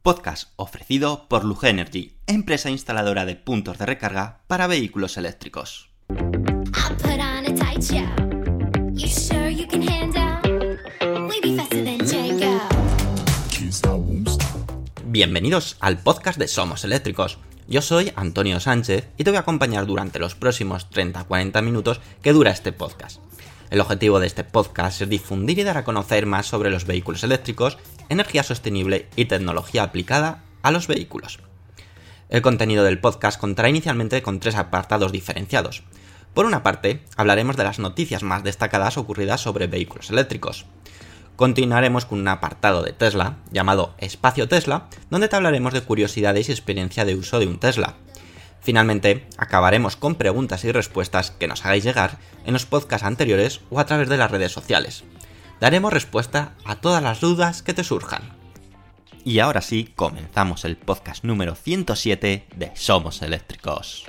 podcast ofrecido por Luge Energy, empresa instaladora de puntos de recarga para vehículos eléctricos. Bienvenidos al podcast de Somos Eléctricos. Yo soy Antonio Sánchez y te voy a acompañar durante los próximos 30-40 minutos que dura este podcast. El objetivo de este podcast es difundir y dar a conocer más sobre los vehículos eléctricos, energía sostenible y tecnología aplicada a los vehículos. El contenido del podcast contará inicialmente con 3 apartados diferenciados. Por una parte, hablaremos de las noticias más destacadas ocurridas sobre vehículos eléctricos. Continuaremos con un apartado de Tesla, llamado Espacio Tesla, donde te hablaremos de curiosidades y experiencia de uso de un Tesla. Finalmente, acabaremos con preguntas y respuestas que nos hagáis llegar en los podcasts anteriores o a través de las redes sociales. Daremos respuesta a todas las dudas que te surjan. Y ahora sí, comenzamos el podcast número 107 de Somos Eléctricos.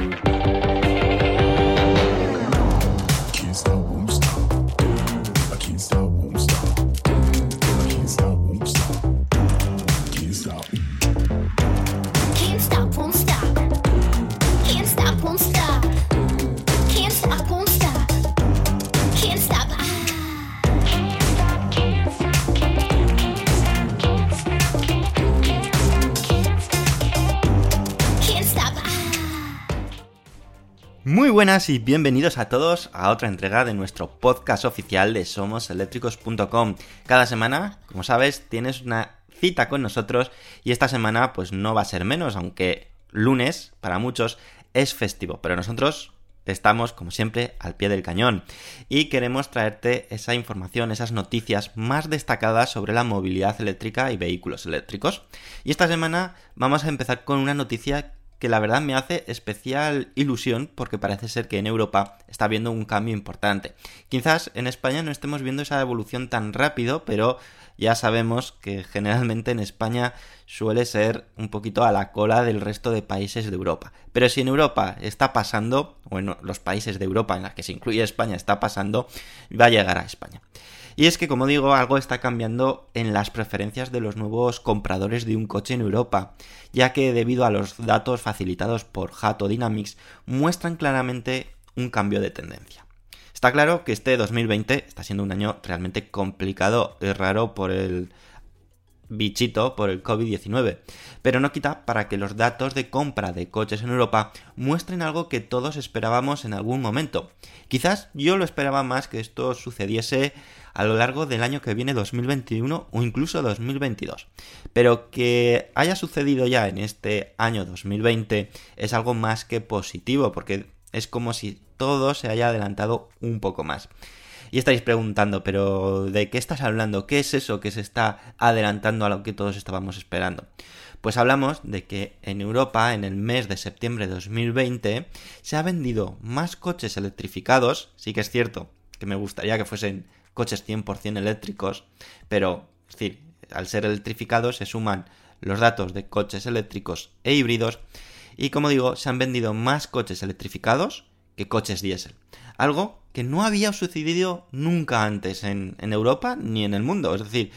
Muy buenas y bienvenidos a todos a otra entrega de nuestro podcast oficial de SomosEléctricos.com. Cada semana, como sabes, tienes una cita con nosotros y esta semana pues no va a ser menos, aunque lunes para muchos es festivo, pero nosotros estamos como siempre al pie del cañón y queremos traerte esa información, esas noticias más destacadas sobre la movilidad eléctrica y vehículos eléctricos. Y esta semana vamos a empezar con una noticia que la verdad me hace especial ilusión porque parece ser que en Europa está habiendo un cambio importante. Quizás en España no estemos viendo esa evolución tan rápido, pero ya sabemos que generalmente en España suele ser un poquito a la cola del resto de países de Europa. Pero si en Europa está pasando, bueno, los países de Europa en los que se incluye España está pasando, va a llegar a España. Y es que, como digo, algo está cambiando en las preferencias de los nuevos compradores de un coche en Europa, ya que debido a los datos facilitados por Hato Dynamics, muestran claramente un cambio de tendencia. Está claro que este 2020 está siendo un año realmente complicado y raro por el bichito, por el COVID-19, pero no quita para que los datos de compra de coches en Europa muestren algo que todos esperábamos en algún momento. Quizás yo lo esperaba más que esto sucediese a lo largo del año que viene 2021 o incluso 2022, pero que haya sucedido ya en este año 2020 es algo más que positivo, porque es como si todo se haya adelantado un poco más. Y estaréis preguntando, ¿pero de qué estás hablando? ¿Qué es eso que se está adelantando a lo que todos estábamos esperando? Pues hablamos de que en Europa, en el mes de septiembre de 2020, se ha vendido más coches electrificados. Sí que es cierto que me gustaría que fuesen coches 100% eléctricos, pero, es decir, al ser electrificados se suman los datos de coches eléctricos e híbridos, y como digo, se han vendido más coches electrificados que coches diésel. Algo que no había sucedido nunca antes en Europa ni en el mundo. Es decir,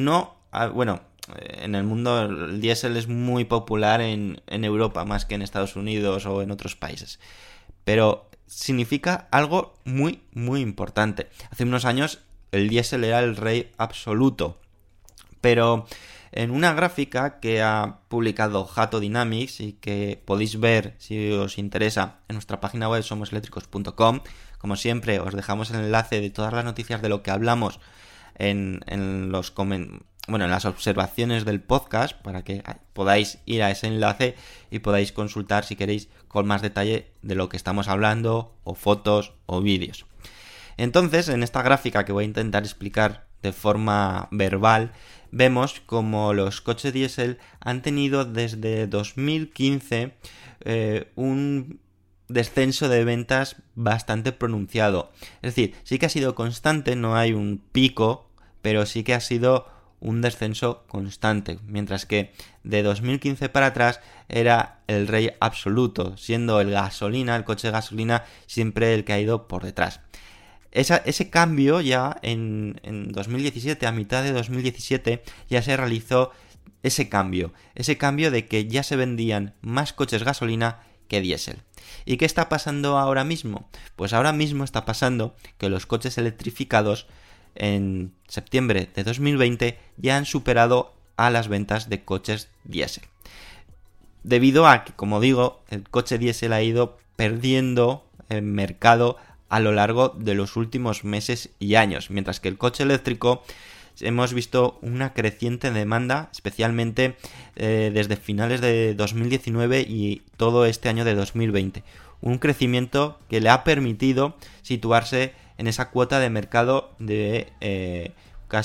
en el mundo el diésel es muy popular en Europa más que en Estados Unidos o en otros países. Pero significa algo muy, muy importante. Hace unos años el diésel era el rey absoluto. Pero en una gráfica que ha publicado Hato Dynamics y que podéis ver si os interesa en nuestra página web somoseléctricos.com, como siempre os dejamos el enlace de todas las noticias de lo que hablamos en las observaciones del podcast para que podáis ir a ese enlace y podáis consultar si queréis con más detalle de lo que estamos hablando, o fotos o vídeos. Entonces, en esta gráfica que voy a intentar explicar de forma verbal, vemos como los coches diésel han tenido desde 2015 un descenso de ventas bastante pronunciado. Es decir, sí que ha sido constante, no hay un pico, pero sí que ha sido un descenso constante, mientras que de 2015 para atrás era el rey absoluto, siendo el coche de gasolina, siempre el que ha ido por detrás. Ese cambio ya en 2017, a mitad de 2017, ya se realizó ese cambio de que ya se vendían más coches gasolina que diésel. ¿Y qué está pasando ahora mismo? Pues ahora mismo está pasando que los coches electrificados en septiembre de 2020 ya han superado a las ventas de coches diésel. Debido a que, como digo, el coche diésel ha ido perdiendo el mercado a lo largo de los últimos meses y años, mientras que el coche eléctrico hemos visto una creciente demanda, especialmente desde finales de 2019 y todo este año de 2020. Un crecimiento que le ha permitido situarse en esa cuota de mercado de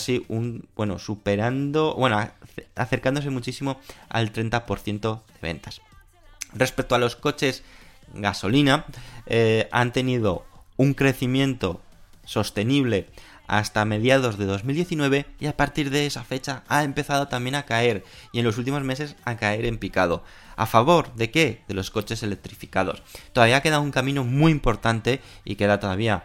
acercándose muchísimo al 30% de ventas. Respecto a los coches gasolina, han tenido un crecimiento sostenible hasta mediados de 2019 y a partir de esa fecha ha empezado también a caer y en los últimos meses a caer en picado. ¿A favor de qué? De los coches electrificados. Todavía queda un camino muy importante y queda todavía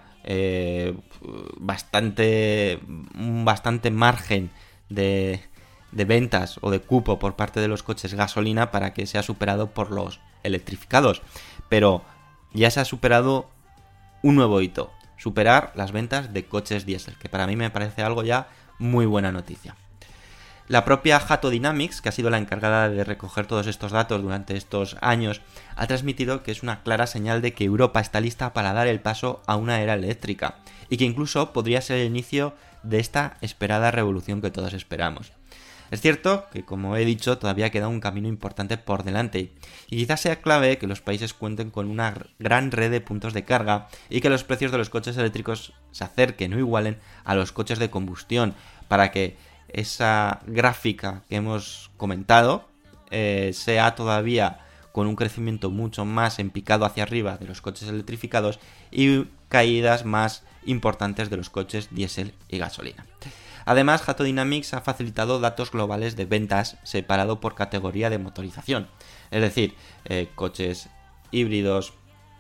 bastante margen de ventas o de cupo por parte de los coches gasolina para que sea superado por los electrificados. Pero ya se ha superado un nuevo hito: superar las ventas de coches diésel, que para mí me parece algo ya muy buena noticia. La propia Hato Dynamics, que ha sido la encargada de recoger todos estos datos durante estos años, ha transmitido que es una clara señal de que Europa está lista para dar el paso a una era eléctrica y que incluso podría ser el inicio de esta esperada revolución que todos esperamos. Es cierto que, como he dicho, todavía queda un camino importante por delante y quizás sea clave que los países cuenten con una gran red de puntos de carga y que los precios de los coches eléctricos se acerquen o igualen a los coches de combustión para que esa gráfica que hemos comentado sea todavía con un crecimiento mucho más en picado hacia arriba de los coches electrificados y caídas más importantes de los coches diésel y gasolina. Además, Hato Dynamics ha facilitado datos globales de ventas separado por categoría de motorización, es decir, coches híbridos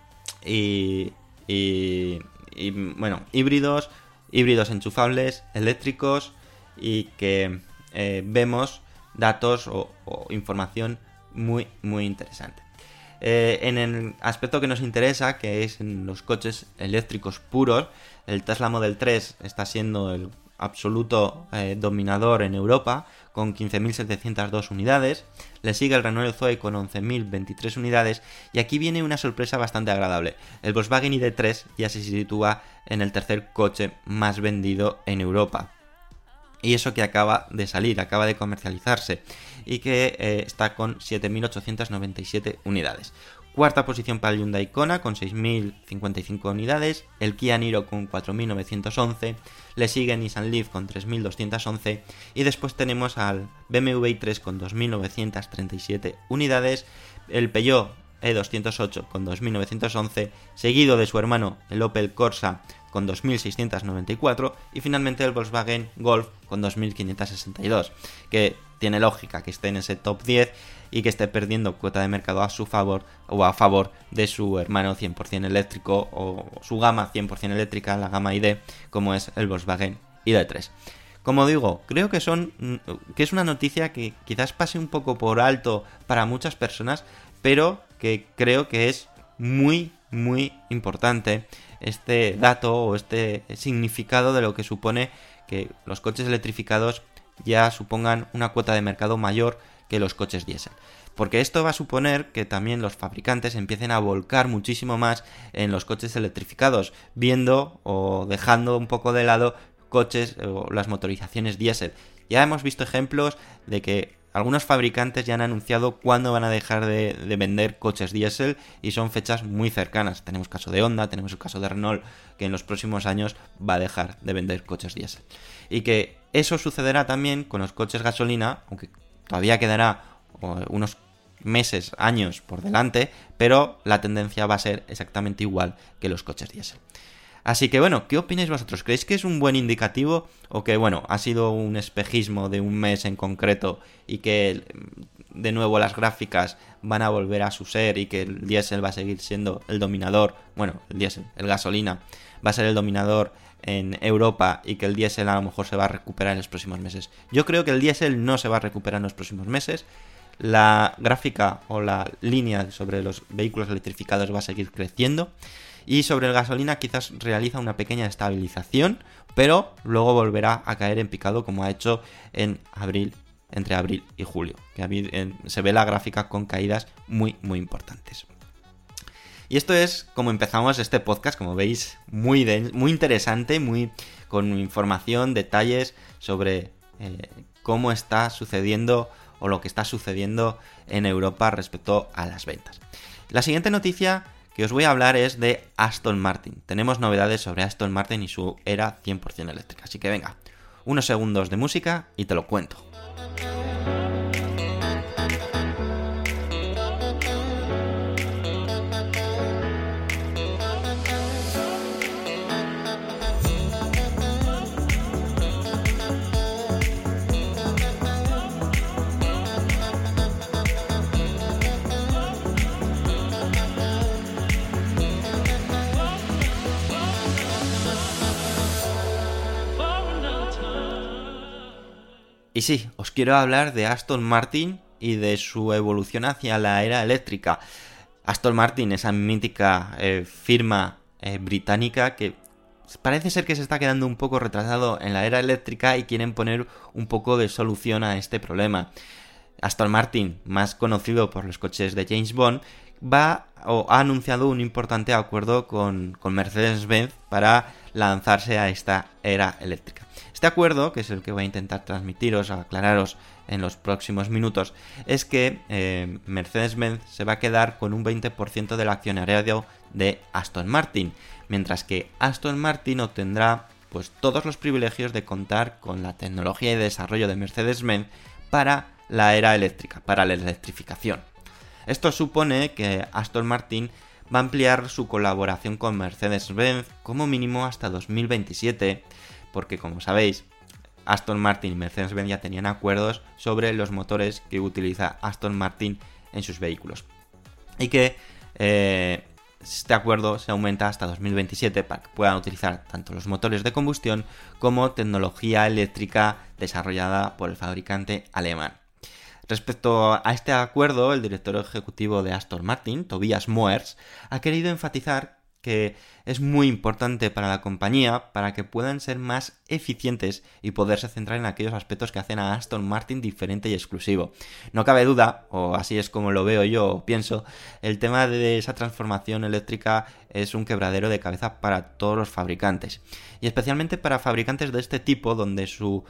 híbridos enchufables, eléctricos, y que vemos datos o información muy interesante. En el aspecto que nos interesa, que es en los coches eléctricos puros, el Tesla Model 3 está siendo el absoluto dominador en Europa con 15.702 unidades, le sigue el Renault Zoe con 11.023 unidades y aquí viene una sorpresa bastante agradable: el Volkswagen ID.3 ya se sitúa en el tercer coche más vendido en Europa. Y eso que acaba de salir, acaba de comercializarse y que está con 7.897 unidades. Cuarta posición para el Hyundai Kona con 6.055 unidades, el Kia Niro con 4.911, le sigue Nissan Leaf con 3.211 y después tenemos al BMW i3 con 2.937 unidades, el Peugeot E208 con 2.911, seguido de su hermano el Opel Corsa con 2.694 y finalmente el Volkswagen Golf con 2.562, que tiene lógica que esté en ese top 10 y que esté perdiendo cuota de mercado a su favor o a favor de su hermano 100% eléctrico o su gama 100% eléctrica, la gama ID, como es el Volkswagen ID.3. Como digo, creo que es una noticia que quizás pase un poco por alto para muchas personas, pero que creo que es muy importante este dato o este significado de lo que supone que los coches electrificados ya supongan una cuota de mercado mayor que los coches diésel. Porque esto va a suponer que también los fabricantes empiecen a volcar muchísimo más en los coches electrificados, viendo o dejando un poco de lado coches o las motorizaciones diésel. Ya hemos visto ejemplos de que algunos fabricantes ya han anunciado cuándo van a dejar de vender coches diésel y son fechas muy cercanas. Tenemos el caso de Honda, tenemos el caso de Renault, que en los próximos años va a dejar de vender coches diésel. Y que eso sucederá también con los coches gasolina, aunque todavía quedará unos meses, años por delante, pero la tendencia va a ser exactamente igual que los coches diésel. Así que bueno, ¿qué opináis vosotros? ¿Creéis que es un buen indicativo o que bueno, ha sido un espejismo de un mes en concreto y que de nuevo las gráficas van a volver a su ser y que el diésel va a seguir siendo el dominador, bueno, el diésel, el gasolina, va a ser el dominador en Europa y que el diésel a lo mejor se va a recuperar en los próximos meses. Yo creo que el diésel no se va a recuperar en los próximos meses. La gráfica o la línea sobre los vehículos electrificados va a seguir creciendo y sobre el gasolina quizás realiza una pequeña estabilización, pero luego volverá a caer en picado como ha hecho en abril, entre abril y julio, que se ve la gráfica con caídas muy importantes. Y esto es como empezamos este podcast, como veis, muy interesante, con información, detalles sobre cómo está sucediendo o lo que está sucediendo en Europa respecto a las ventas. La siguiente noticia que os voy a hablar es de Aston Martin. Tenemos novedades sobre Aston Martin y su era 100% eléctrica. Así que venga, unos segundos de música y te lo cuento. Y sí, os quiero hablar de Aston Martin y de su evolución hacia la era eléctrica. Aston Martin, esa mítica firma británica que parece ser que se está quedando un poco retrasado en la era eléctrica y quieren poner un poco de solución a este problema. Aston Martin, más conocido por los coches de James Bond, ha anunciado un importante acuerdo con Mercedes-Benz para lanzarse a esta era eléctrica. Este acuerdo, que es el que voy a intentar transmitiros, aclararos en los próximos minutos, es que Mercedes-Benz se va a quedar con un 20% del accionariado de Aston Martin, mientras que Aston Martin obtendrá pues todos los privilegios de contar con la tecnología y desarrollo de Mercedes-Benz para la era eléctrica, para la electrificación. Esto supone que Aston Martin va a ampliar su colaboración con Mercedes-Benz como mínimo hasta 2027, porque como sabéis, Aston Martin y Mercedes-Benz ya tenían acuerdos sobre los motores que utiliza Aston Martin en sus vehículos. Y que este acuerdo se aumenta hasta 2027 para que puedan utilizar tanto los motores de combustión como tecnología eléctrica desarrollada por el fabricante alemán. Respecto a este acuerdo, el director ejecutivo de Aston Martin, Tobias Moers, ha querido enfatizar que es muy importante para la compañía para que puedan ser más eficientes y poderse centrar en aquellos aspectos que hacen a Aston Martin diferente y exclusivo. No cabe duda, o así es como lo veo yo o pienso, el tema de esa transformación eléctrica es un quebradero de cabeza para todos los fabricantes. Y especialmente para fabricantes de este tipo, donde su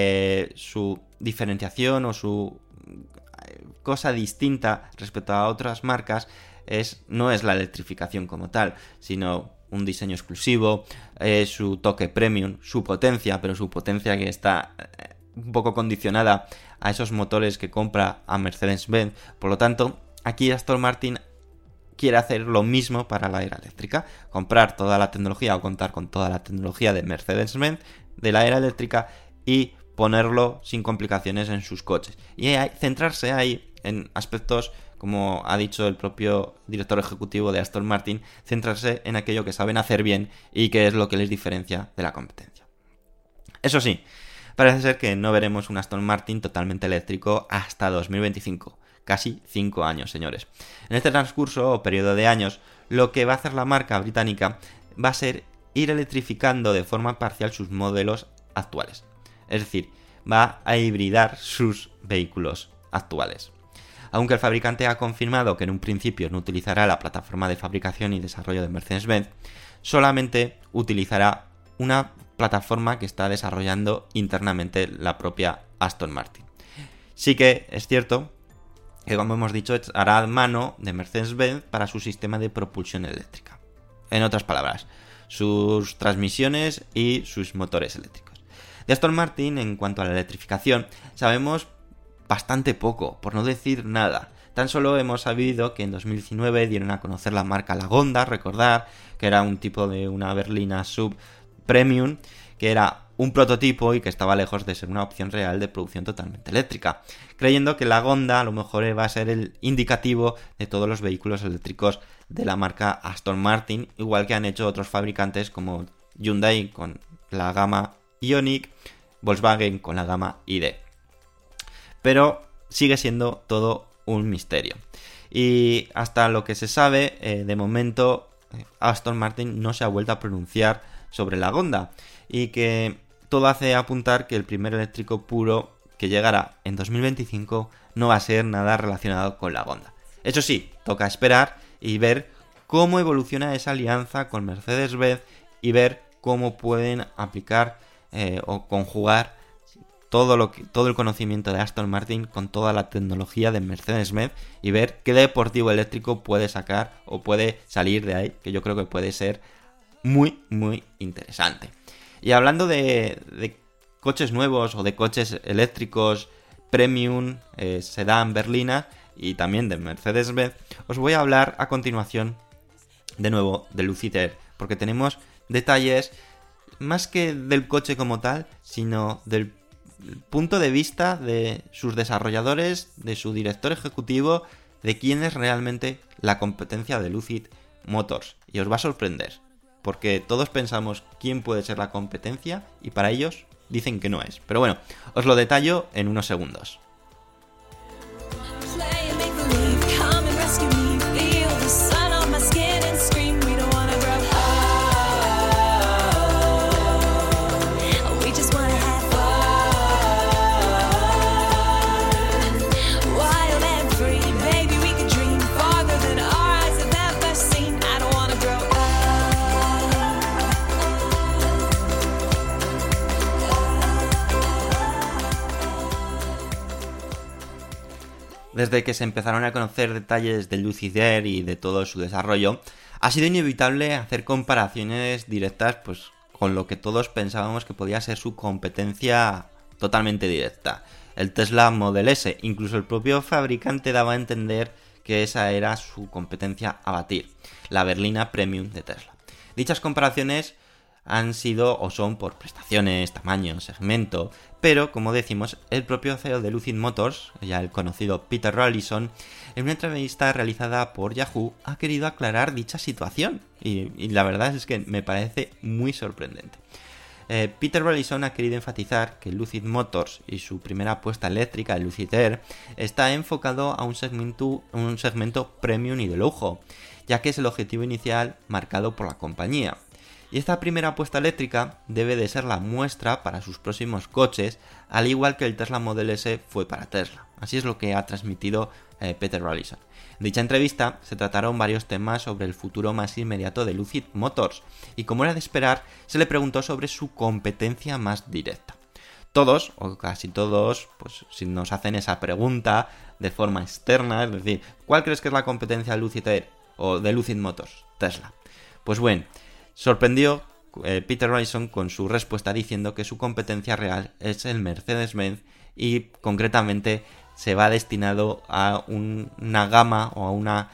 diferenciación o su cosa distinta respecto a otras marcas no es la electrificación como tal, sino un diseño exclusivo, su toque premium, su potencia, pero su potencia que está un poco condicionada a esos motores que compra a Mercedes-Benz. Por lo tanto, aquí Aston Martin quiere hacer lo mismo para la era eléctrica, comprar toda la tecnología o contar con toda la tecnología de Mercedes-Benz de la era eléctrica y ponerlo sin complicaciones en sus coches. Y centrarse ahí en aspectos, como ha dicho el propio director ejecutivo de Aston Martin, centrarse en aquello que saben hacer bien y que es lo que les diferencia de la competencia. Eso sí, parece ser que no veremos un Aston Martin totalmente eléctrico hasta 2025. Casi 5 años, señores. En este transcurso o periodo de años, lo que va a hacer la marca británica va a ser ir electrificando de forma parcial sus modelos actuales. Es decir, va a hibridar sus vehículos actuales. Aunque el fabricante ha confirmado que en un principio no utilizará la plataforma de fabricación y desarrollo de Mercedes-Benz, solamente utilizará una plataforma que está desarrollando internamente la propia Aston Martin. Sí que es cierto que, como hemos dicho, hará mano de Mercedes-Benz para su sistema de propulsión eléctrica. En otras palabras, sus transmisiones y sus motores eléctricos. De Aston Martin, en cuanto a la electrificación, sabemos bastante poco, por no decir nada. Tan solo hemos sabido que en 2019 dieron a conocer la marca Lagonda, recordar que era un tipo de una berlina sub premium, que era un prototipo y que estaba lejos de ser una opción real de producción totalmente eléctrica, creyendo que la Gonda a lo mejor va a ser el indicativo de todos los vehículos eléctricos de la marca Aston Martin, igual que han hecho otros fabricantes como Hyundai con la gama Ioniq, Volkswagen con la gama ID. Pero sigue siendo todo un misterio. Y hasta lo que se sabe, de momento Aston Martin no se ha vuelto a pronunciar sobre la Gonda, y que todo hace apuntar que el primer eléctrico puro que llegará en 2025 no va a ser nada relacionado con la Gonda. Eso sí, toca esperar y ver cómo evoluciona esa alianza con Mercedes-Benz y ver cómo pueden aplicar o conjugar todo el conocimiento de Aston Martin con toda la tecnología de Mercedes-Benz y ver qué deportivo eléctrico puede sacar o puede salir de ahí, que yo creo que puede ser muy, muy interesante. Y hablando de coches nuevos o de coches eléctricos premium, sedán, berlina y también de Mercedes-Benz, os voy a hablar a continuación de nuevo de Lucid Air, porque tenemos detalles más que del coche como tal, sino del punto de vista de sus desarrolladores, de su director ejecutivo, de quién es realmente la competencia de Lucid Motors. Y os va a sorprender, porque todos pensamos quién puede ser la competencia y para ellos dicen que no es. Pero bueno, os lo detallo en unos segundos. Desde que se empezaron a conocer detalles del Lucid Air y de todo su desarrollo, ha sido inevitable hacer comparaciones directas pues, con lo que todos pensábamos que podía ser su competencia totalmente directa, el Tesla Model S. Incluso el propio fabricante daba a entender que esa era su competencia a batir, la berlina Premium de Tesla. Dichas comparaciones han sido o son por prestaciones, tamaño, segmento, pero como decimos, el propio CEO de Lucid Motors, ya el conocido Peter Rawlinson, en una entrevista realizada por Yahoo ha querido aclarar dicha situación y la verdad es que me parece muy sorprendente. Peter Rawlinson ha querido enfatizar que Lucid Motors y su primera apuesta eléctrica, el Lucid Air, está enfocado a un segmento premium y de lujo, ya que es el objetivo inicial marcado por la compañía. Y esta primera apuesta eléctrica debe de ser la muestra para sus próximos coches, al igual que el Tesla Model S fue para Tesla. Así es lo que ha transmitido Peter Rawlinson. En dicha entrevista se trataron varios temas sobre el futuro más inmediato de Lucid Motors, y como era de esperar, se le preguntó sobre su competencia más directa. Todos, o casi todos, pues si nos hacen esa pregunta de forma externa, es decir, ¿cuál crees que es la competencia de Lucid Air o de Lucid Motors? Tesla. Pues bueno, sorprendió Peter Rawlinson con su respuesta diciendo que su competencia real es el Mercedes-Benz y concretamente se va destinado a una gama o a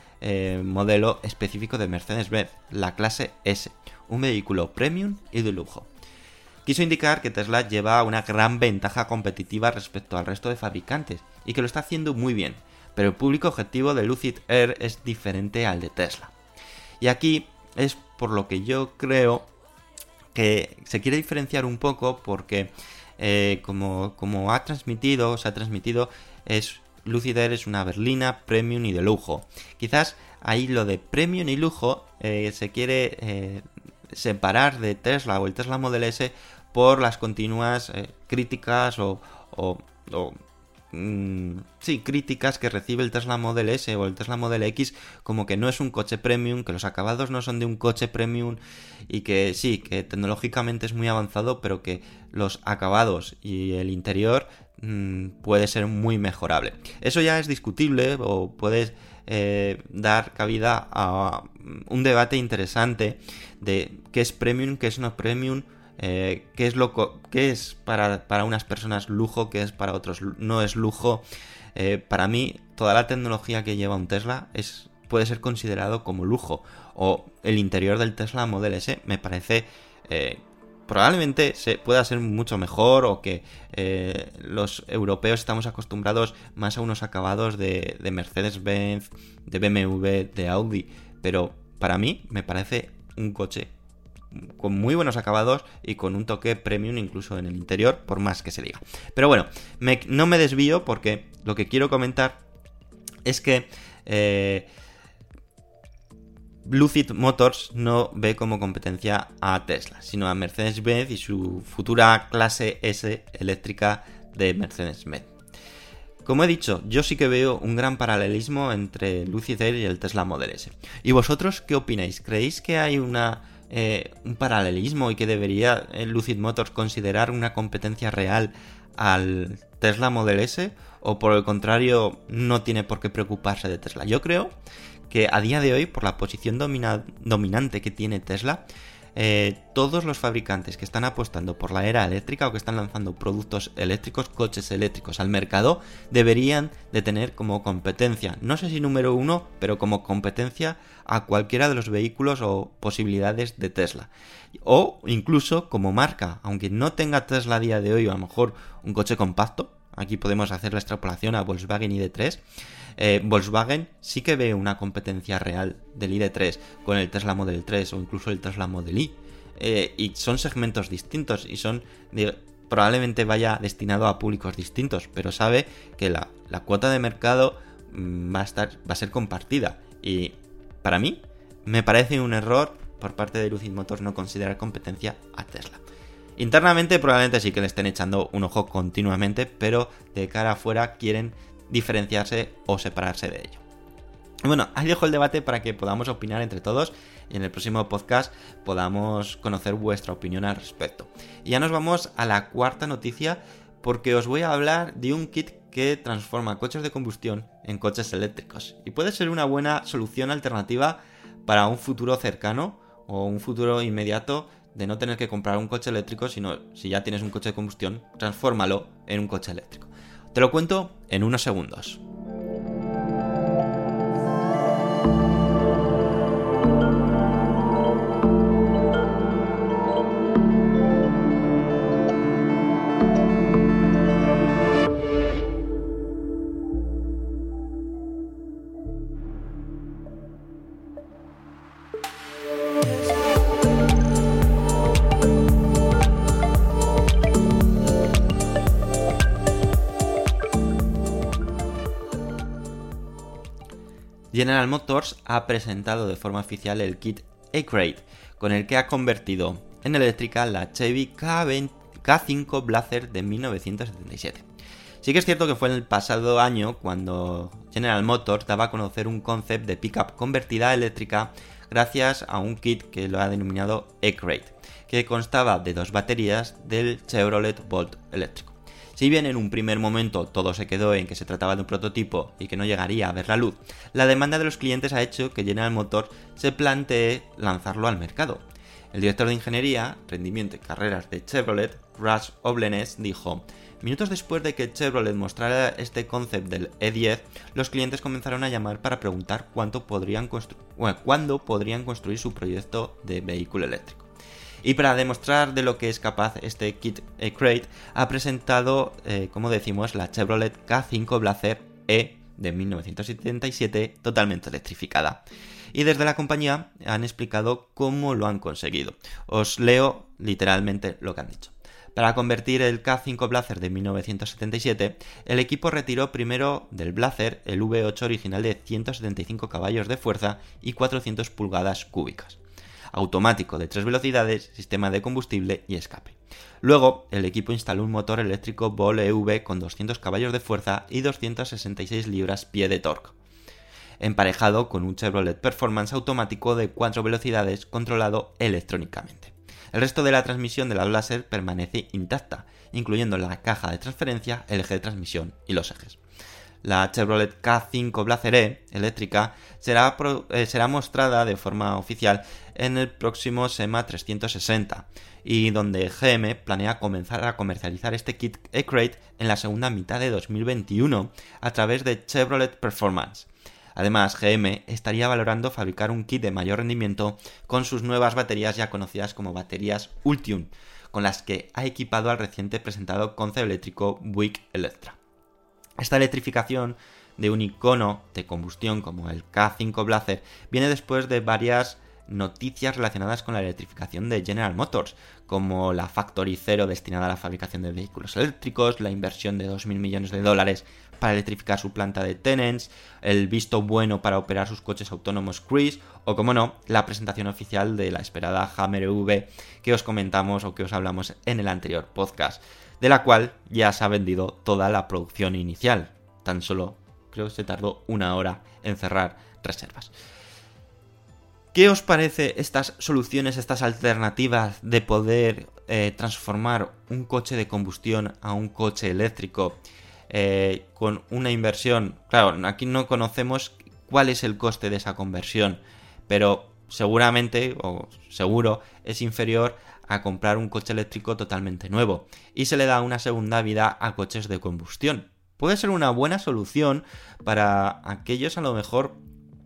un modelo específico de Mercedes-Benz, la clase S, un vehículo premium y de lujo. Quiso indicar que Tesla lleva una gran ventaja competitiva respecto al resto de fabricantes y que lo está haciendo muy bien, pero el público objetivo de Lucid Air es diferente al de Tesla. Y aquí es por lo que yo creo que se quiere diferenciar un poco porque como se ha transmitido, Lucid Air es una berlina premium y de lujo. Quizás ahí lo de premium y lujo se quiere separar de Tesla o el Tesla Model S por las continuas críticas críticas que recibe el Tesla Model S o el Tesla Model X, como que no es un coche premium, que los acabados no son de un coche premium y que sí, que tecnológicamente es muy avanzado, pero que los acabados y el interior puede ser muy mejorable. Eso ya es discutible o puedes dar cabida a un debate interesante de qué es premium, qué es no premium, qué es para unas personas lujo, qué es para otros no es lujo. Para mí toda la tecnología que lleva un Tesla puede ser considerado como lujo, o el interior del Tesla Model S me parece probablemente pueda ser mucho mejor, o que los europeos estamos acostumbrados más a unos acabados de Mercedes-Benz, de BMW, de Audi, pero para mí me parece un coche con muy buenos acabados y con un toque premium incluso en el interior, por más que se diga. Pero bueno, no me desvío, porque lo que quiero comentar es que Lucid Motors no ve como competencia a Tesla, sino a Mercedes-Benz y su futura clase S eléctrica de Mercedes-Benz. Como he dicho, yo sí que veo un gran paralelismo entre Lucid Air y el Tesla Model S. ¿Y vosotros qué opináis? ¿Creéis que hay un paralelismo y que debería Lucid Motors considerar una competencia real al Tesla Model S? ¿O por el contrario, no tiene por qué preocuparse de Tesla? Yo creo que a día de hoy, por la posición dominante que tiene Tesla, todos los fabricantes que están apostando por la era eléctrica o que están lanzando productos eléctricos, coches eléctricos al mercado, deberían de tener como competencia, no sé si número uno, pero como competencia a cualquiera de los vehículos o posibilidades de Tesla. O incluso como marca, aunque no tenga Tesla a día de hoy, o a lo mejor un coche compacto, aquí podemos hacer la extrapolación a Volkswagen ID.3, Volkswagen sí que ve una competencia real del ID.3 con el Tesla Model 3 o incluso el Tesla Model Y, y son segmentos distintos y probablemente vaya destinado a públicos distintos, pero sabe que la cuota de mercado va a ser compartida, y para mí me parece un error por parte de Lucid Motors no considerar competencia a Tesla. Internamente probablemente sí que le estén echando un ojo continuamente, pero de cara afuera quieren diferenciarse o separarse de ello. Bueno, ahí dejo el debate para que podamos opinar entre todos y en el próximo podcast podamos conocer vuestra opinión al respecto. Y ya nos vamos a la cuarta noticia, porque os voy a hablar de un kit que transforma coches de combustión en coches eléctricos y puede ser una buena solución alternativa para un futuro cercano o un futuro inmediato, de no tener que comprar un coche eléctrico, sino si ya tienes un coche de combustión, transfórmalo en un coche eléctrico. Te lo cuento en unos segundos. General Motors ha presentado de forma oficial el kit E-Crate, con el que ha convertido en eléctrica la Chevy K5 Blazer de 1977. Sí que es cierto que fue en el pasado año cuando General Motors daba a conocer un concept de pickup convertida a eléctrica gracias a un kit que lo ha denominado E-Crate, que constaba de 2 baterías del Chevrolet Bolt eléctrico. Si bien en un primer momento todo se quedó en que se trataba de un prototipo y que no llegaría a ver la luz, la demanda de los clientes ha hecho que General Motors se plantee lanzarlo al mercado. El director de Ingeniería, Rendimiento y Carreras de Chevrolet, Russ Oblenes, dijo: minutos después de que Chevrolet mostrara este concept del E10, los clientes comenzaron a llamar para preguntar cuándo podrían construir su proyecto de vehículo eléctrico. Y para demostrar de lo que es capaz este kit E-Crate, ha presentado, como decimos, la Chevrolet K5 Blazer E de 1977 totalmente electrificada. Y desde la compañía han explicado cómo lo han conseguido. Os leo literalmente lo que han dicho. Para convertir el K5 Blazer de 1977, el equipo retiró primero del Blazer el V8 original de 175 caballos de fuerza y 400 pulgadas cúbicas. Automático de 3 velocidades, sistema de combustible y escape. Luego, el equipo instaló un motor eléctrico Ball EV con 200 caballos de fuerza y 266 libras-pie de torque, emparejado con un Chevrolet Performance automático de 4 velocidades controlado electrónicamente. El resto de la transmisión de la Blazer permanece intacta, incluyendo la caja de transferencia, el eje de transmisión y los ejes. La Chevrolet K5 Blazer E eléctrica será mostrada de forma oficial en el próximo SEMA 360, y donde GM planea comenzar a comercializar este kit E-Crate en la segunda mitad de 2021 a través de Chevrolet Performance. Además, GM estaría valorando fabricar un kit de mayor rendimiento con sus nuevas baterías ya conocidas como baterías Ultium, con las que ha equipado al reciente presentado concept eléctrico Buick Electra. Esta electrificación de un icono de combustión como el K5 Blazer viene después de varias noticias relacionadas con la electrificación de General Motors, como la Factory Zero destinada a la fabricación de vehículos eléctricos, la inversión de $2.000 millones para electrificar su planta de Tennessee, el visto bueno para operar sus coches autónomos Cruise, o como no, la presentación oficial de la esperada Hummer EV que os comentamos o que os hablamos en el anterior podcast, de la cual ya se ha vendido toda la producción inicial. Tan solo creo que se tardó 1 hora en cerrar reservas. ¿Qué os parece estas soluciones, estas alternativas de poder transformar un coche de combustión a un coche eléctrico con una inversión? Claro, aquí no conocemos cuál es el coste de esa conversión, pero seguramente o seguro es inferior a comprar un coche eléctrico totalmente nuevo y se le da una segunda vida a coches de combustión. Puede ser una buena solución para aquellos a lo mejor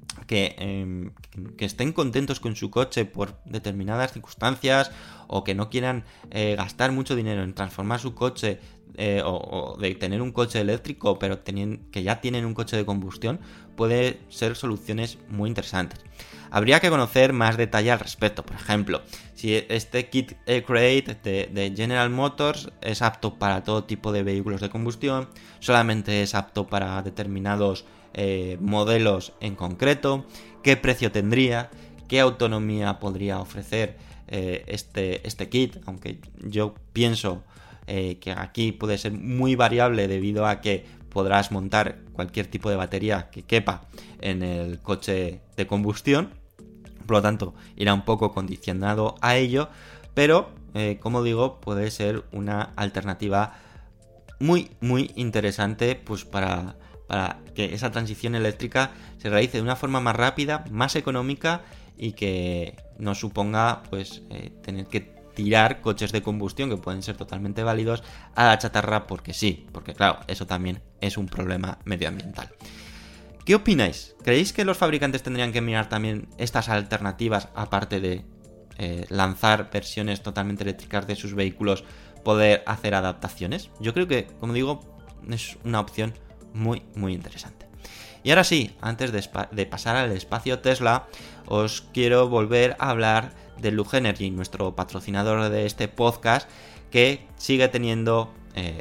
que estén contentos con su coche por determinadas circunstancias o que no quieran gastar mucho dinero en transformar su coche o de tener un coche eléctrico pero que ya tienen un coche de combustión. Puede ser soluciones muy interesantes. Habría que conocer más detalle al respecto. Por ejemplo, si este kit E-Crate de General Motors es apto para todo tipo de vehículos de combustión, solamente es apto para determinados modelos en concreto, qué precio tendría, qué autonomía podría ofrecer este kit, aunque yo pienso que aquí puede ser muy variable debido a que podrás montar cualquier tipo de batería que quepa en el coche de combustión, por lo tanto irá un poco condicionado a ello, pero como digo, puede ser una alternativa muy muy interesante pues para que esa transición eléctrica se realice de una forma más rápida, más económica y que no suponga pues tener que tirar coches de combustión que pueden ser totalmente válidos a la chatarra porque sí, porque claro, eso también es un problema medioambiental. ¿Qué opináis? ¿Creéis que los fabricantes tendrían que mirar también estas alternativas aparte de lanzar versiones totalmente eléctricas de sus vehículos, poder hacer adaptaciones? Yo creo que, como digo, es una opción muy muy interesante. Y ahora sí, antes de pasar al espacio Tesla, os quiero volver a hablar de Lug Energy, nuestro patrocinador de este podcast, que sigue teniendo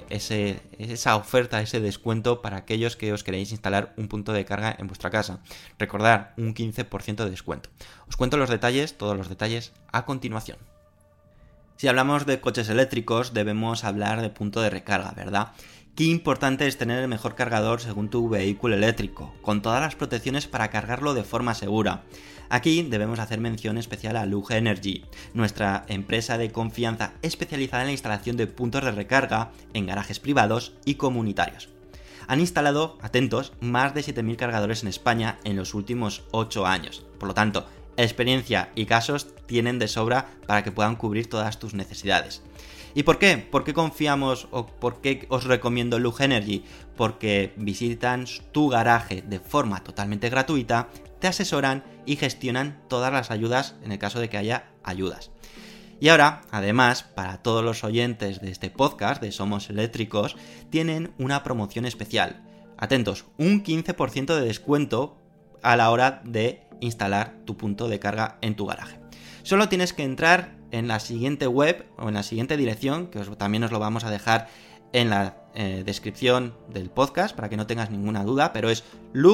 esa oferta, ese descuento para aquellos que os queréis instalar un punto de carga en vuestra casa. Recordad, un 15% de descuento. Os cuento los detalles, todos los detalles, a continuación. Si hablamos de coches eléctricos, debemos hablar de punto de recarga, ¿verdad? Qué importante es tener el mejor cargador según tu vehículo eléctrico, con todas las protecciones para cargarlo de forma segura. Aquí debemos hacer mención especial a Lug Energy, nuestra empresa de confianza especializada en la instalación de puntos de recarga en garajes privados y comunitarios. Han instalado, atentos, más de 7.000 cargadores en España en los últimos 8 años. Por lo tanto, experiencia y casos tienen de sobra para que puedan cubrir todas tus necesidades. ¿Y por qué? ¿Por qué confiamos o por qué os recomiendo Lug Energy? Porque visitan tu garaje de forma totalmente gratuita, te asesoran y gestionan todas las ayudas en el caso de que haya ayudas. Y ahora, además, para todos los oyentes de este podcast de Somos Eléctricos, tienen una promoción especial. Atentos, un 15% de descuento a la hora de instalar tu punto de carga en tu garaje. Solo tienes que entrar en la siguiente web o en la siguiente dirección, que también os lo vamos a dejar en la descripción del podcast para que no tengas ninguna duda, pero es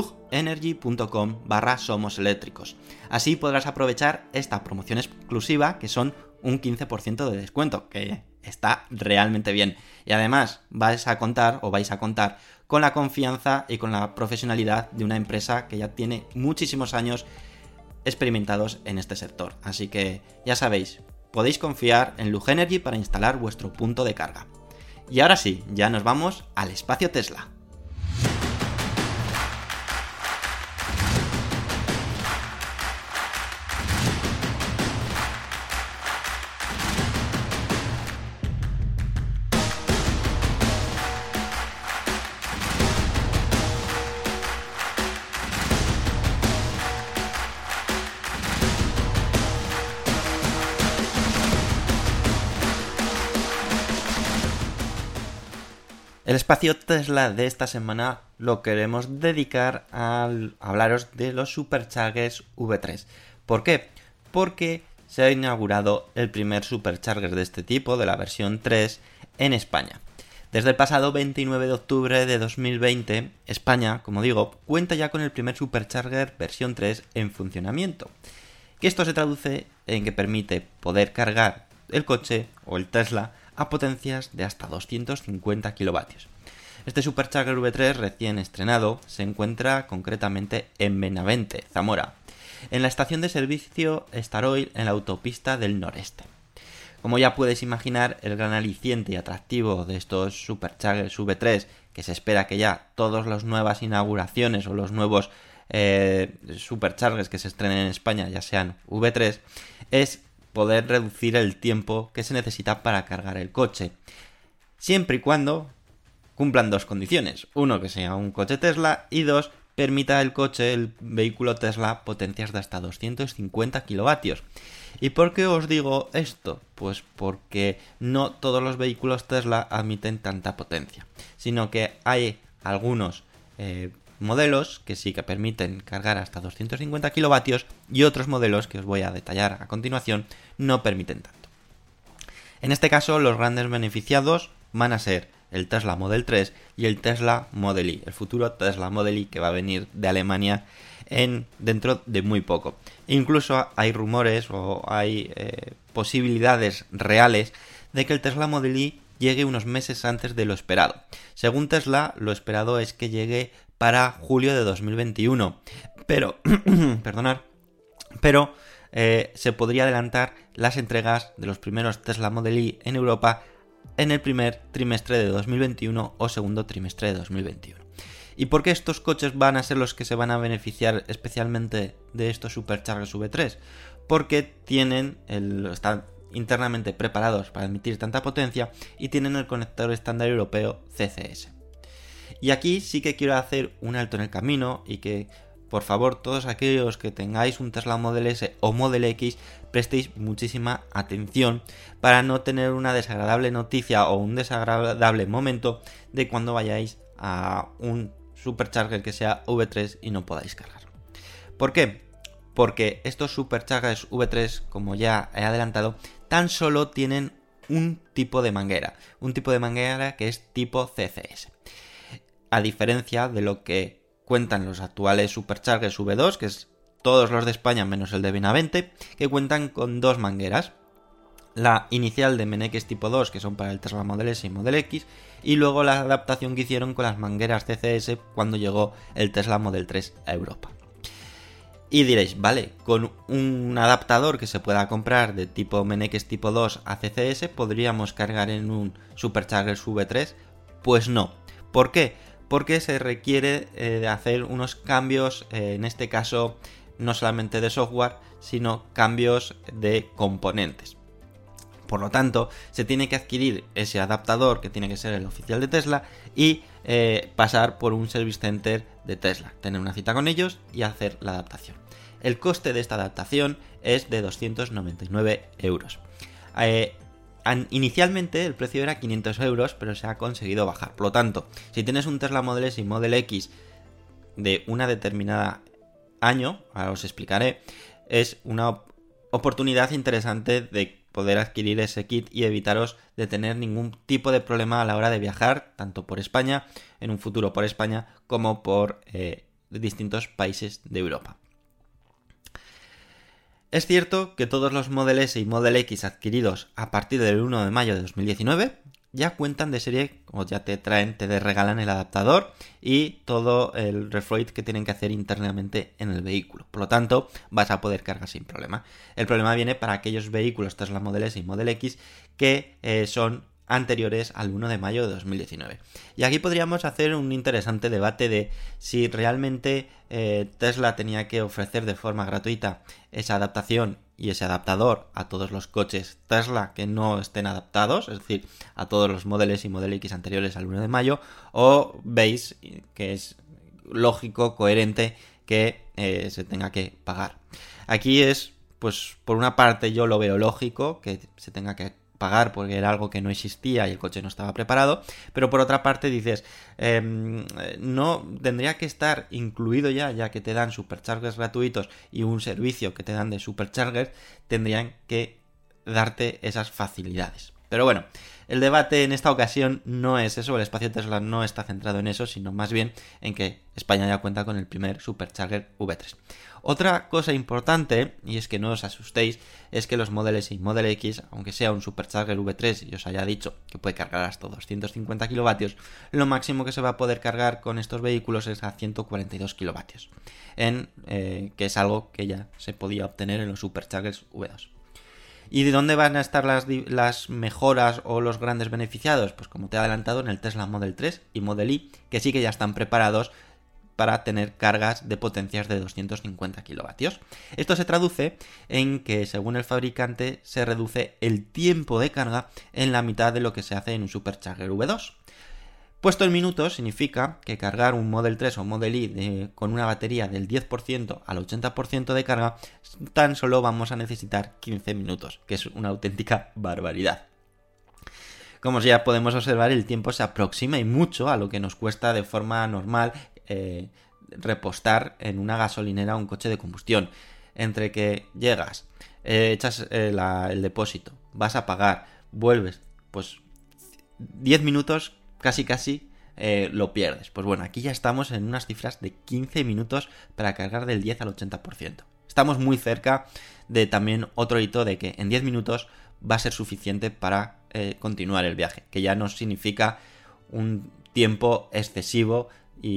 lugenergy.com/somoseléctricos. Así podrás aprovechar esta promoción exclusiva que son un 15% de descuento, que está realmente bien. Y además vais a contar con la confianza y con la profesionalidad de una empresa que ya tiene muchísimos años experimentados en este sector. Así que ya sabéis, podéis confiar en Lug Energy para instalar vuestro punto de carga. Y ahora sí, ya nos vamos al espacio Tesla. El espacio Tesla de esta semana lo queremos dedicar a hablaros de los Superchargers V3. ¿Por qué? Porque se ha inaugurado el primer Supercharger de este tipo, de la versión 3, en España. Desde el pasado 29 de octubre de 2020, España, como digo, cuenta ya con el primer Supercharger versión 3 en funcionamiento. Que esto se traduce en que permite poder cargar el coche o el Tesla a potencias de hasta 250 kilovatios. Este Supercharger V3 recién estrenado se encuentra concretamente en Benavente, Zamora, en la estación de servicio Staroil en la autopista del noreste. Como ya puedes imaginar, el gran aliciente y atractivo de estos Superchargers V3, que se espera que ya todas las nuevas inauguraciones o los nuevos Superchargers que se estrenen en España ya sean V3, es poder reducir el tiempo que se necesita para cargar el coche, siempre y cuando cumplan dos condiciones: uno, que sea un coche Tesla, y dos, permita el vehículo Tesla, potencias de hasta 250 kilovatios. ¿Y por qué os digo esto? Pues porque no todos los vehículos Tesla admiten tanta potencia, sino que hay algunos modelos que sí que permiten cargar hasta 250 kilovatios y otros modelos que os voy a detallar a continuación no permiten tanto. En este caso, los grandes beneficiados van a ser el Tesla Model 3 y el Tesla Model Y, el futuro Tesla Model Y que va a venir de Alemania dentro de muy poco. Incluso hay rumores o hay posibilidades reales de que el Tesla Model Y llegue unos meses antes de lo esperado. Según Tesla, lo esperado es que llegue para julio de 2021, pero se podría adelantar las entregas de los primeros Tesla Model Y en Europa en el primer trimestre de 2021 o segundo trimestre de 2021. ¿Y por qué estos coches van a ser los que se van a beneficiar especialmente de estos Superchargers V3? Porque están internamente preparados para emitir tanta potencia y tienen el conector estándar europeo CCS. Y aquí sí que quiero hacer un alto en el camino y que, por favor, todos aquellos que tengáis un Tesla Model S o Model X, prestéis muchísima atención para no tener una desagradable noticia o un desagradable momento de cuando vayáis a un Supercharger que sea V3 y no podáis cargar. ¿Por qué? Porque estos Superchargers V3, como ya he adelantado, tan solo tienen un tipo de manguera que es tipo CCS. A diferencia de lo que cuentan los actuales Superchargers V2, que es todos los de España menos el de Benavente, que cuentan con dos mangueras. La inicial de Meneques tipo 2, que son para el Tesla Model S y Model X, y luego la adaptación que hicieron con las mangueras CCS cuando llegó el Tesla Model 3 a Europa. Y diréis, vale, con un adaptador que se pueda comprar de tipo Meneques tipo 2 a CCS, ¿podríamos cargar en un Supercharger V3? Pues no. ¿Por qué? Porque se requiere hacer unos cambios, en este caso no solamente de software, sino cambios de componentes. Por lo tanto, se tiene que adquirir ese adaptador, que tiene que ser el oficial de Tesla, y pasar por un service center de Tesla, tener una cita con ellos y hacer la adaptación. El coste de esta adaptación es de 299 euros. Inicialmente el precio era 500 euros, pero se ha conseguido bajar. Por lo tanto, si tienes un Tesla Model S y Model X de una determinada año, ahora os explicaré, es una oportunidad interesante de poder adquirir ese kit y evitaros de tener ningún tipo de problema a la hora de viajar, tanto por España, en un futuro por España, como por distintos países de Europa. Es cierto que todos los Model S y Model X adquiridos a partir del 1 de mayo de 2019 ya cuentan de serie, o ya te regalan el adaptador y todo el refloid que tienen que hacer internamente en el vehículo. Por lo tanto, vas a poder cargar sin problema. El problema viene para aquellos vehículos Tesla Model S y Model X que son anteriores al 1 de mayo de 2019. Y aquí podríamos hacer un interesante debate de si realmente Tesla tenía que ofrecer de forma gratuita esa adaptación y ese adaptador a todos los coches Tesla que no estén adaptados, es decir, a todos los Model S y Model X anteriores al 1 de mayo, o veis que es lógico, coherente que se tenga que pagar. Aquí es, pues por una parte yo lo veo lógico que se tenga que pagar porque era algo que no existía y el coche no estaba preparado, pero por otra parte dices, no tendría que estar incluido ya que te dan superchargers gratuitos y un servicio que te dan de superchargers, tendrían que darte esas facilidades. Pero bueno, el debate en esta ocasión no es eso, el espacio Tesla no está centrado en eso, sino más bien en que España ya cuenta con el primer Supercharger V3. Otra cosa importante, y es que no os asustéis, es que los Model S y Model X, aunque sea un Supercharger V3 y os haya dicho que puede cargar hasta 250 kilovatios, lo máximo que se va a poder cargar con estos vehículos es a 142 kilovatios, que es algo que ya se podía obtener en los Superchargers V2. ¿Y de dónde van a estar las mejoras o los grandes beneficiados? Pues como te he adelantado, en el Tesla Model 3 y Model Y, que sí que ya están preparados para tener cargas de potencias de 250 kilovatios. Esto se traduce en que, según el fabricante, se reduce el tiempo de carga en la mitad de lo que se hace en un Supercharger V2. Puesto en minutos, significa que cargar un Model 3 o Model Y con una batería del 10% al 80% de carga, tan solo vamos a necesitar 15 minutos, que es una auténtica barbaridad. Como ya podemos observar, el tiempo se aproxima y mucho a lo que nos cuesta de forma normal repostar en una gasolinera o un coche de combustión. Entre que llegas, echas el depósito, vas a pagar, vuelves, pues 10 minutos casi lo pierdes. Pues bueno, aquí ya estamos en unas cifras de 15 minutos para cargar del 10 al 80%. Estamos muy cerca de también otro hito de que en 10 minutos va a ser suficiente para continuar el viaje, que ya no significa un tiempo excesivo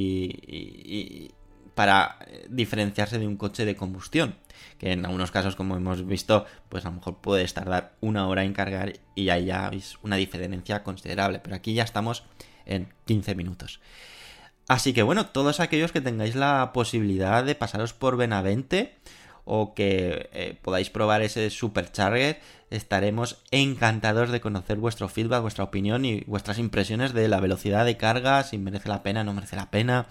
y para diferenciarse de un coche de combustión, que en algunos casos, como hemos visto, pues a lo mejor puedes tardar una hora en cargar y ahí ya es una diferencia considerable, pero aquí ya estamos en 15 minutos. Así que bueno, todos aquellos que tengáis la posibilidad de pasaros por Benavente o que podáis probar ese Supercharger, estaremos encantados de conocer vuestro feedback, vuestra opinión y vuestras impresiones de la velocidad de carga, si merece la pena, no merece la pena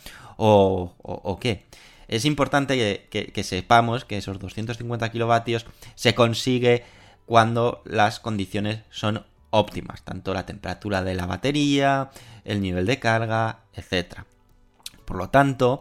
o qué. Es importante que sepamos que esos 250 kilovatios se consigue cuando las condiciones son óptimas, tanto la temperatura de la batería, el nivel de carga, etc. Por lo tanto,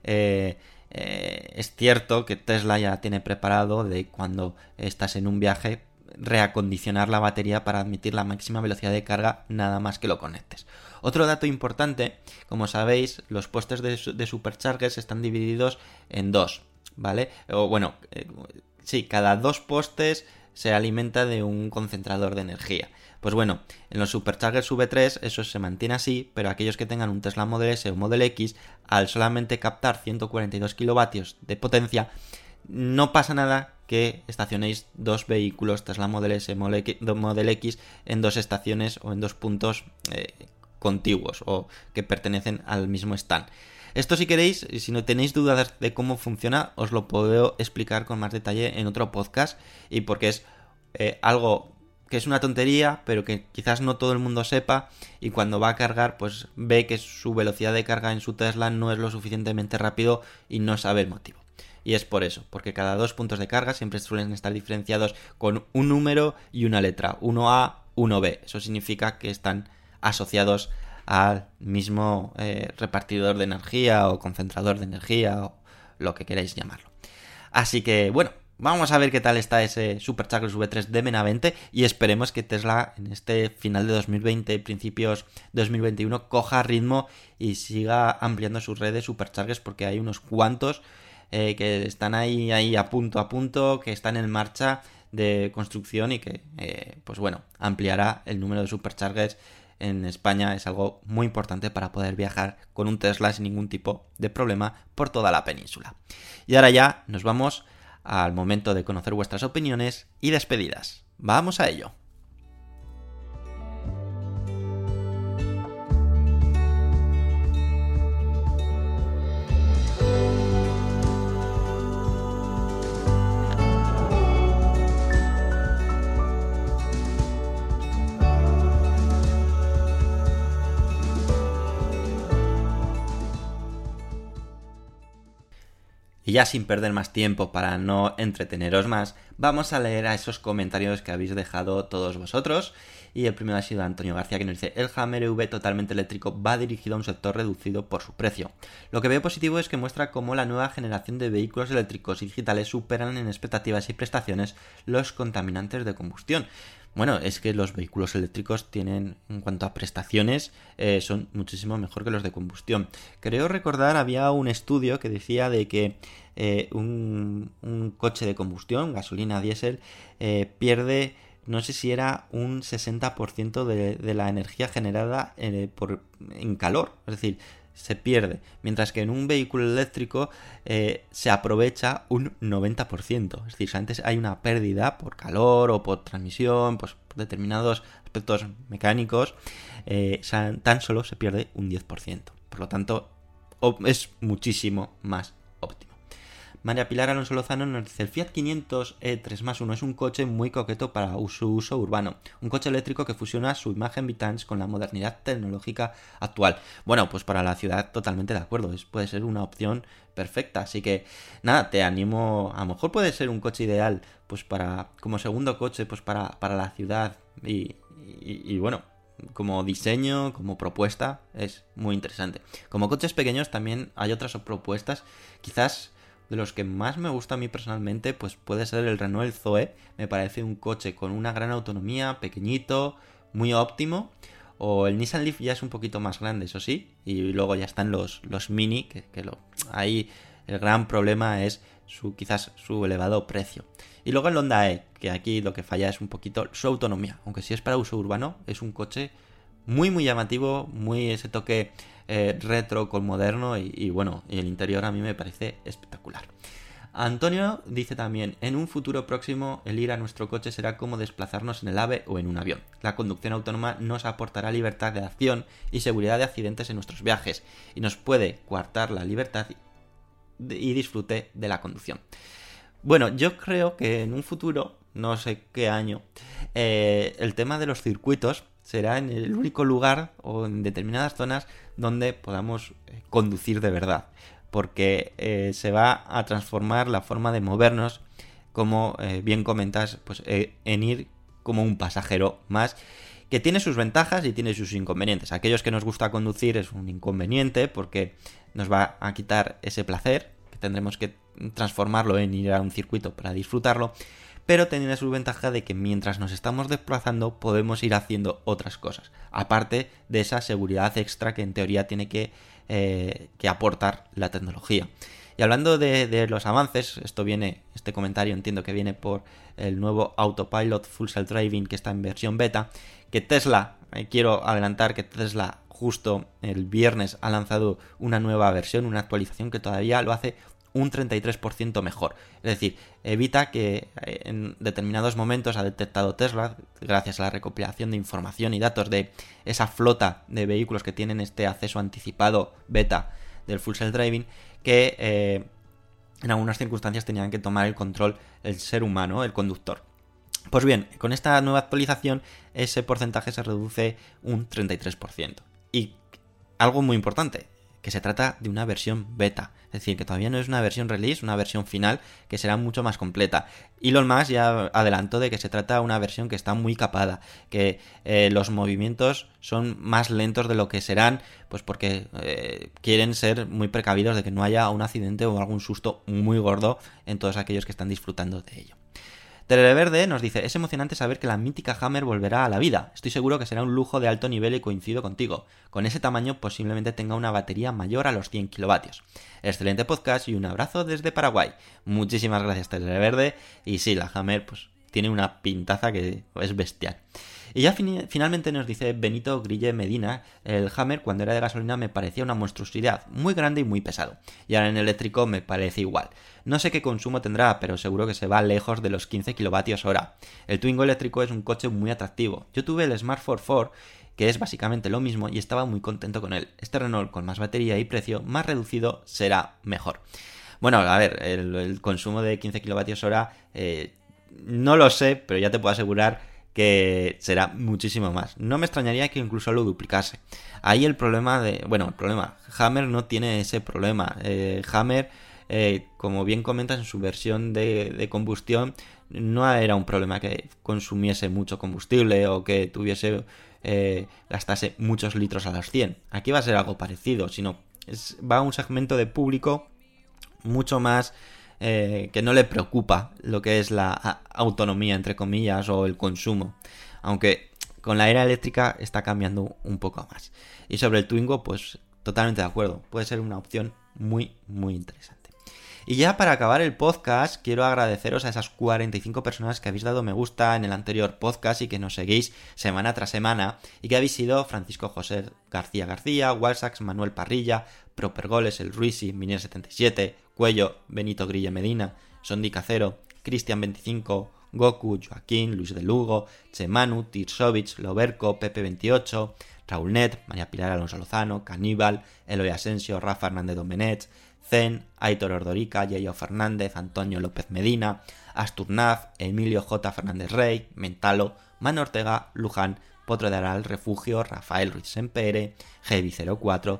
es cierto que Tesla ya tiene preparado de cuando estás en un viaje reacondicionar la batería para admitir la máxima velocidad de carga nada más que lo conectes. Otro dato importante, como sabéis, los postes de superchargers están divididos en dos, ¿vale? O bueno, sí, cada dos postes se alimenta de un concentrador de energía. Pues bueno, en los Superchargers V3 eso se mantiene así, pero aquellos que tengan un Tesla Model S o Model X, al solamente captar 142 kilovatios de potencia, no pasa nada que estacionéis dos vehículos Tesla Model S Model X en dos estaciones o en dos puntos contiguos o que pertenecen al mismo stand. Esto, si queréis, y si no tenéis dudas de cómo funciona, os lo puedo explicar con más detalle en otro podcast, y porque es algo que es una tontería, pero que quizás no todo el mundo sepa, y cuando va a cargar, pues ve que su velocidad de carga en su Tesla no es lo suficientemente rápido y no sabe el motivo. Y es por eso, porque cada dos puntos de carga siempre suelen estar diferenciados con un número y una letra, 1A, 1B. Eso significa que están asociados al mismo repartidor de energía o concentrador de energía o lo que queráis llamarlo. Así que bueno, vamos a ver qué tal está ese Supercharger V3 de Benavente y esperemos que Tesla en este final de 2020, principios 2021, coja ritmo y siga ampliando sus redes Superchargers, porque hay unos cuantos que están ahí a punto, que están en marcha de construcción y que, pues bueno, ampliará el número de Superchargers en España. Es algo muy importante para poder viajar con un Tesla sin ningún tipo de problema por toda la península. Y ahora ya nos vamos al momento de conocer vuestras opiniones y despedidas. ¡Vamos a ello! Y ya sin perder más tiempo para no entreteneros más, vamos a leer a esos comentarios que habéis dejado todos vosotros. Y el primero ha sido Antonio García, que nos dice: el Hammer EV totalmente eléctrico va dirigido a un sector reducido por su precio. Lo que veo positivo es que muestra cómo la nueva generación de vehículos eléctricos y digitales superan en expectativas y prestaciones los contaminantes de combustión. Bueno, es que los vehículos eléctricos tienen, en cuanto a prestaciones, son muchísimo mejor que los de combustión. Creo recordar, había un estudio que decía de que un coche de combustión, gasolina, diésel, pierde, no sé si era un 60% de la energía generada en calor. Es decir, se pierde, mientras que en un vehículo eléctrico se aprovecha un 90%. Es decir, antes hay una pérdida por calor o por transmisión, pues por determinados aspectos mecánicos, tan solo se pierde un 10%. Por lo tanto, es muchísimo más óptimo. María Pilar Alonso Lozano nos dice: el Fiat 500 E3+1 es un coche muy coqueto para su uso urbano. Un coche eléctrico que fusiona su imagen Vitans con la modernidad tecnológica actual. Bueno, pues para la ciudad totalmente de acuerdo. Puede ser una opción perfecta. Así que nada, te animo. A lo mejor puede ser un coche ideal pues como segundo coche pues para la ciudad. Y bueno, como diseño, como propuesta, es muy interesante. Como coches pequeños también hay otras propuestas. Quizás de los que más me gusta a mí personalmente, pues puede ser el Renault Zoe. Me parece un coche con una gran autonomía, pequeñito, muy óptimo. O el Nissan Leaf ya es un poquito más grande, eso sí. Y luego ya están los Mini, ahí el gran problema es quizás su elevado precio. Y luego el Honda E, que aquí lo que falla es un poquito su autonomía. Aunque si es para uso urbano, es un coche muy muy llamativo, muy ese toque retro con moderno y bueno, y el interior a mí me parece espectacular. Antonio dice también: en un futuro próximo el ir a nuestro coche será como desplazarnos en el AVE o en un avión. La conducción autónoma nos aportará libertad de acción y seguridad de accidentes en nuestros viajes y nos puede coartar la libertad y disfrute de la conducción. Bueno, yo creo que en un futuro, no sé qué año, el tema de los circuitos será en el único lugar o en determinadas zonas donde podamos conducir de verdad, porque se va a transformar la forma de movernos, como bien comentas, pues en ir como un pasajero más, que tiene sus ventajas y tiene sus inconvenientes. Aquellos que nos gusta conducir es un inconveniente porque nos va a quitar ese placer, que tendremos que transformarlo en ir a un circuito para disfrutarlo, pero tiene su ventaja de que mientras nos estamos desplazando podemos ir haciendo otras cosas, aparte de esa seguridad extra que en teoría tiene que aportar la tecnología. Y hablando de los avances, este comentario entiendo que viene por el nuevo Autopilot Full Self Driving que está en versión beta, que Tesla, quiero adelantar que Tesla justo el viernes ha lanzado una nueva versión, una actualización que todavía lo hace un 33% mejor. Es decir, evita que en determinados momentos ha detectado Tesla, gracias a la recopilación de información y datos de esa flota de vehículos que tienen este acceso anticipado beta del Full Self Driving, que en algunas circunstancias tenían que tomar el control el ser humano, el conductor. Pues bien, con esta nueva actualización ese porcentaje se reduce un 33%. Y algo muy importante, que se trata de una versión beta, es decir, que todavía no es una versión release, una versión final que será mucho más completa. Elon Musk ya adelantó de que se trata de una versión que está muy capada, que los movimientos son más lentos de lo que serán, pues porque quieren ser muy precavidos de que no haya un accidente o algún susto muy gordo en todos aquellos que están disfrutando de ello. Televerde nos dice: es emocionante saber que la mítica Hammer volverá a la vida. Estoy seguro que será un lujo de alto nivel y coincido contigo. Con ese tamaño posiblemente tenga una batería mayor a los 100 kilovatios. Excelente podcast y un abrazo desde Paraguay. Muchísimas gracias, Televerde. Y sí, la Hammer pues tiene una pintaza que es bestial. Y ya finalmente nos dice Benito Grille Medina: el Hammer cuando era de gasolina me parecía una monstruosidad, muy grande y muy pesado. Y ahora en eléctrico me parece igual. No sé qué consumo tendrá, pero seguro que se va lejos de los 15 kWh. El Twingo eléctrico es un coche muy atractivo. Yo tuve el Smart 44, que es básicamente lo mismo, y estaba muy contento con él. Este Renault con más batería y precio más reducido será mejor. Bueno, a ver, el consumo de 15 kWh no lo sé, pero ya te puedo asegurar que será muchísimo más. No me extrañaría que incluso lo duplicase. Ahí el problema Hammer no tiene ese problema. Hammer como bien comentas, en su versión de combustión no era un problema que consumiese mucho combustible o que gastase muchos litros a las 100. Aquí va a ser algo parecido, sino va a un segmento de público mucho más que no le preocupa lo que es la autonomía, entre comillas, o el consumo. Aunque con la era eléctrica está cambiando un poco más. Y sobre el Twingo, pues totalmente de acuerdo. Puede ser una opción muy, muy interesante. Y ya para acabar el podcast, quiero agradeceros a esas 45 personas que habéis dado me gusta en el anterior podcast y que nos seguís semana tras semana, y que habéis sido Francisco José García, Walsax, Manuel Parrilla, Propergoles, El Ruisi, Minier77, Cuello, Benito Grille Medina, Sondi Cacero, Cristian25, Goku, Joaquín, Luis de Lugo, Chemanu, Tirsovich, Loberco, Pepe28, Raúl Net, María Pilar Alonso Lozano, Caníbal, Eloy Asensio, Rafa Hernández Domenech, Zen, Aitor Ordorica, Yayo Fernández, Antonio López Medina, Asturnaz, Emilio J. Fernández Rey, Mentalo, Man Ortega, Luján, Potro de Aral, Refugio, Rafael Ruiz Sempere, Heavy04,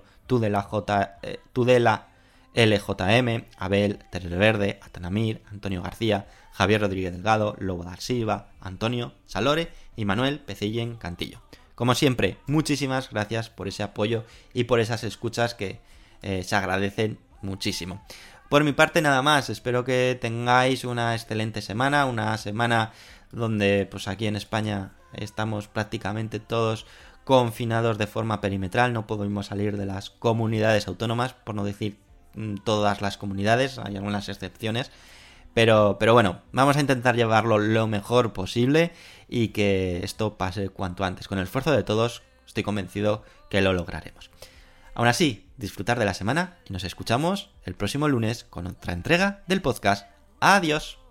Tudela LJM, Abel, Terre Verde, Atanamir, Antonio García, Javier Rodríguez Delgado, Lobo da Silva, Antonio Salore y Manuel Pecillen Cantillo. Como siempre, muchísimas gracias por ese apoyo y por esas escuchas que se agradecen muchísimo. Por mi parte nada más, espero que tengáis una excelente semana, una semana donde pues aquí en España estamos prácticamente todos confinados de forma perimetral, no podemos salir de las comunidades autónomas, por no decir todas las comunidades, hay algunas excepciones, pero bueno, vamos a intentar llevarlo lo mejor posible y que esto pase cuanto antes. Con el esfuerzo de todos estoy convencido que lo lograremos. Aún así, disfrutar de la semana y nos escuchamos el próximo lunes con otra entrega del podcast. ¡Adiós!